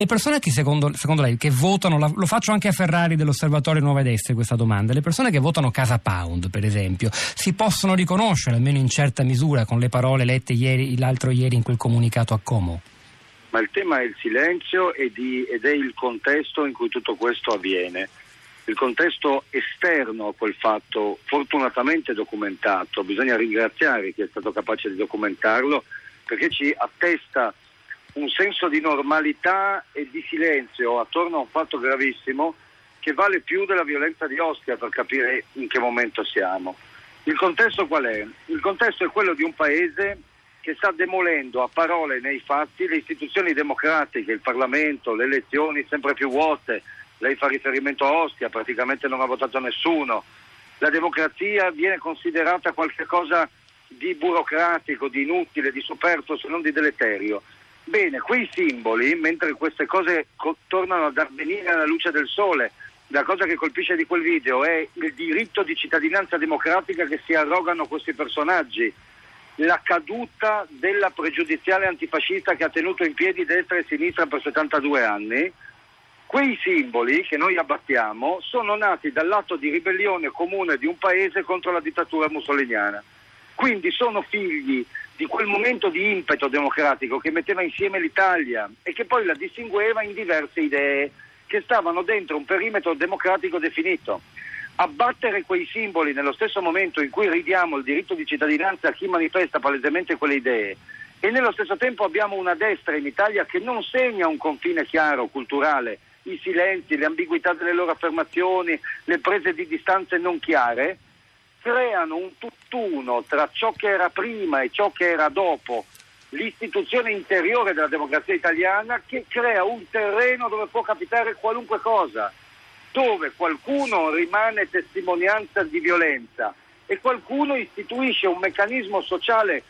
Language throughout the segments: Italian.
Le persone che secondo lei che votano, lo faccio anche a Ferrari dell'Osservatorio Nuove Destre questa domanda, le persone che votano Casa Pound per esempio si possono riconoscere almeno in certa misura con le parole lette l'altro ieri in quel comunicato a Como? Ma il tema è il silenzio ed è il contesto in cui tutto questo avviene. Il contesto esterno a quel fatto, fortunatamente documentato, bisogna ringraziare chi è stato capace di documentarlo, perché ci attesta un senso di normalità e di silenzio attorno a un fatto gravissimo che vale più della violenza di Ostia per capire in che momento siamo. Il contesto qual è? Il contesto è quello di un paese che sta demolendo a parole e nei fatti le istituzioni democratiche, il Parlamento, le elezioni sempre più vuote. Lei fa riferimento a Ostia, praticamente non ha votato nessuno. La democrazia viene considerata qualcosa di burocratico, di inutile, di superfluo, se non di deleterio. Bene, quei simboli, mentre queste cose tornano ad avvenire alla luce del sole, la cosa che colpisce di quel video è il diritto di cittadinanza democratica che si arrogano questi personaggi, la caduta della pregiudiziale antifascista che ha tenuto in piedi destra e sinistra per 72 anni. Quei simboli che noi abbattiamo sono nati dall'atto di ribellione comune di un paese contro la dittatura mussoliniana. Quindi sono figli di quel momento di impeto democratico che metteva insieme l'Italia e che poi la distingueva in diverse idee che stavano dentro un perimetro democratico definito. Abbattere quei simboli nello stesso momento in cui ridiamo il diritto di cittadinanza a chi manifesta palesemente quelle idee e nello stesso tempo abbiamo una destra in Italia che non segna un confine chiaro, culturale, i silenzi, le ambiguità delle loro affermazioni, le prese di distanze non chiare, creano un tutt'uno tra ciò che era prima e ciò che era dopo l'istituzione interiore della democrazia italiana, che crea un terreno dove può capitare qualunque cosa, dove qualcuno rimane testimonianza di violenza e qualcuno istituisce un meccanismo sociale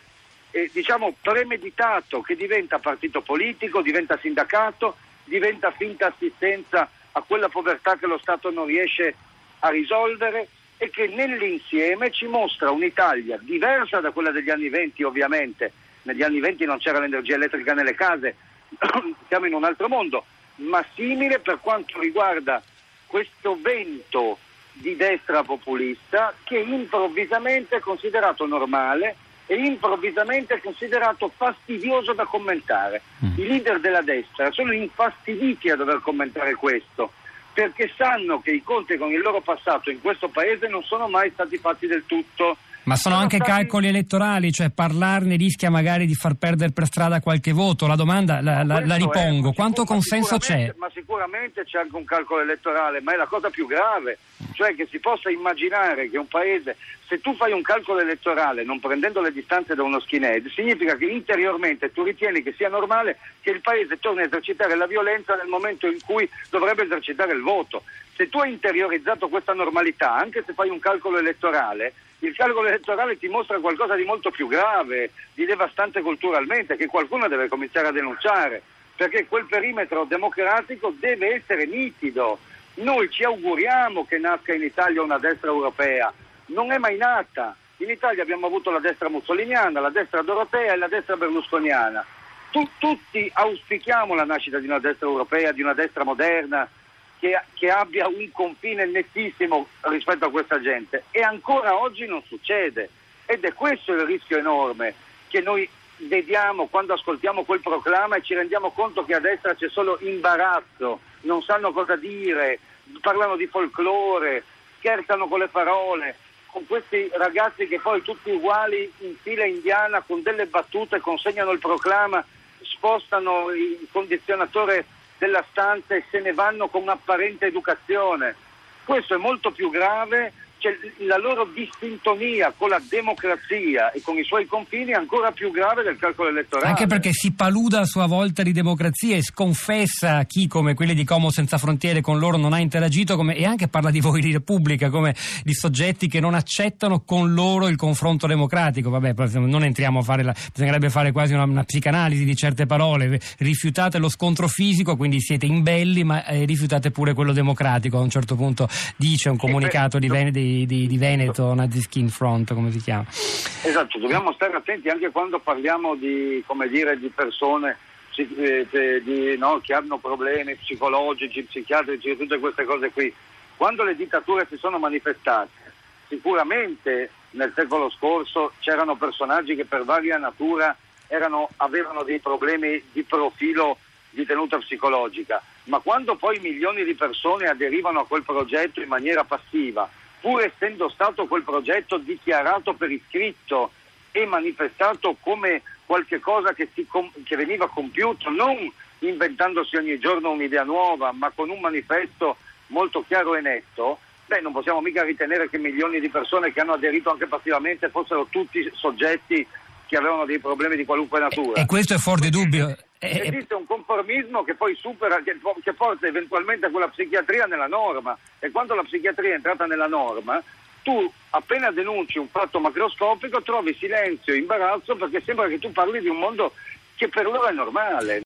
premeditato che diventa partito politico, diventa sindacato, diventa finta assistenza a quella povertà che lo Stato non riesce a risolvere e che nell'insieme ci mostra un'Italia diversa da quella degli anni '20 ovviamente. Negli anni '20 non c'era l'energia elettrica nelle case, siamo in un altro mondo, ma simile per quanto riguarda questo vento di destra populista che improvvisamente è considerato normale e improvvisamente è considerato fastidioso da commentare. I leader della destra sono infastiditi a dover commentare questo, perché sanno che i conti con il loro passato in questo paese non sono mai stati fatti del tutto. Ma sono anche calcoli elettorali, cioè parlarne rischia magari di far perdere per strada qualche voto. La domanda la ripongo, quanto consenso c'è? Ma sicuramente c'è anche un calcolo elettorale, ma è la cosa più grave, cioè che si possa immaginare che un paese, se tu fai un calcolo elettorale non prendendo le distanze da uno skinhead, significa che interiormente tu ritieni che sia normale che il paese torni a esercitare la violenza nel momento in cui dovrebbe esercitare il voto. Se tu hai interiorizzato questa normalità, anche se fai un calcolo elettorale, il calcolo elettorale ti mostra qualcosa di molto più grave, di devastante culturalmente, che qualcuno deve cominciare a denunciare, perché quel perimetro democratico deve essere nitido. Noi ci auguriamo che nasca in Italia una destra europea, non è mai nata. In Italia abbiamo avuto la destra mussoliniana, la destra dorotea e la destra berlusconiana. Tutti auspichiamo la nascita di una destra europea, di una destra moderna, che abbia un confine nettissimo rispetto a questa gente, e ancora oggi non succede, ed è questo il rischio enorme che noi vediamo quando ascoltiamo quel proclama e ci rendiamo conto che a destra c'è solo imbarazzo, non sanno cosa dire, parlano di folklore, scherzano con le parole, con questi ragazzi che poi tutti uguali in fila indiana con delle battute consegnano il proclama, spostano il condizionatore della stanza e se ne vanno con apparente educazione. Questo è molto più grave, cioè la loro dissintonia con la democrazia e con i suoi confini è ancora più grave del calcolo elettorale. Anche perché si paluda a sua volta di democrazia e sconfessa a chi come quelli di Como Senza Frontiere con loro non ha interagito, e anche parla di voi di Repubblica come di soggetti che non accettano con loro il confronto democratico. Vabbè, non entriamo a fare bisognerebbe fare quasi una psicanalisi di certe parole. Rifiutate lo scontro fisico, quindi siete imbelli, ma rifiutate pure quello democratico. A un certo punto dice un comunicato di Veneto Naziskin Front, come si chiama. Esatto, dobbiamo stare attenti anche quando parliamo di persone che hanno problemi psicologici, psichiatrici e tutte queste cose qui. Quando le dittature si sono manifestate, sicuramente nel secolo scorso c'erano personaggi che per varia natura avevano dei problemi di profilo di tenuta psicologica, ma quando poi milioni di persone aderivano a quel progetto in maniera passiva, pur essendo stato quel progetto dichiarato per iscritto e manifestato come qualche cosa che veniva compiuto, non inventandosi ogni giorno un'idea nuova, ma con un manifesto molto chiaro e netto, non possiamo mica ritenere che milioni di persone che hanno aderito anche passivamente fossero tutti soggetti che avevano dei problemi di qualunque natura. E questo è fuori di dubbio. Esiste un conformismo che poi supera, che porta eventualmente quella psichiatria nella norma, e quando la psichiatria è entrata nella norma, tu appena denunci un fatto macroscopico trovi silenzio, imbarazzo, perché sembra che tu parli di un mondo che per loro è normale.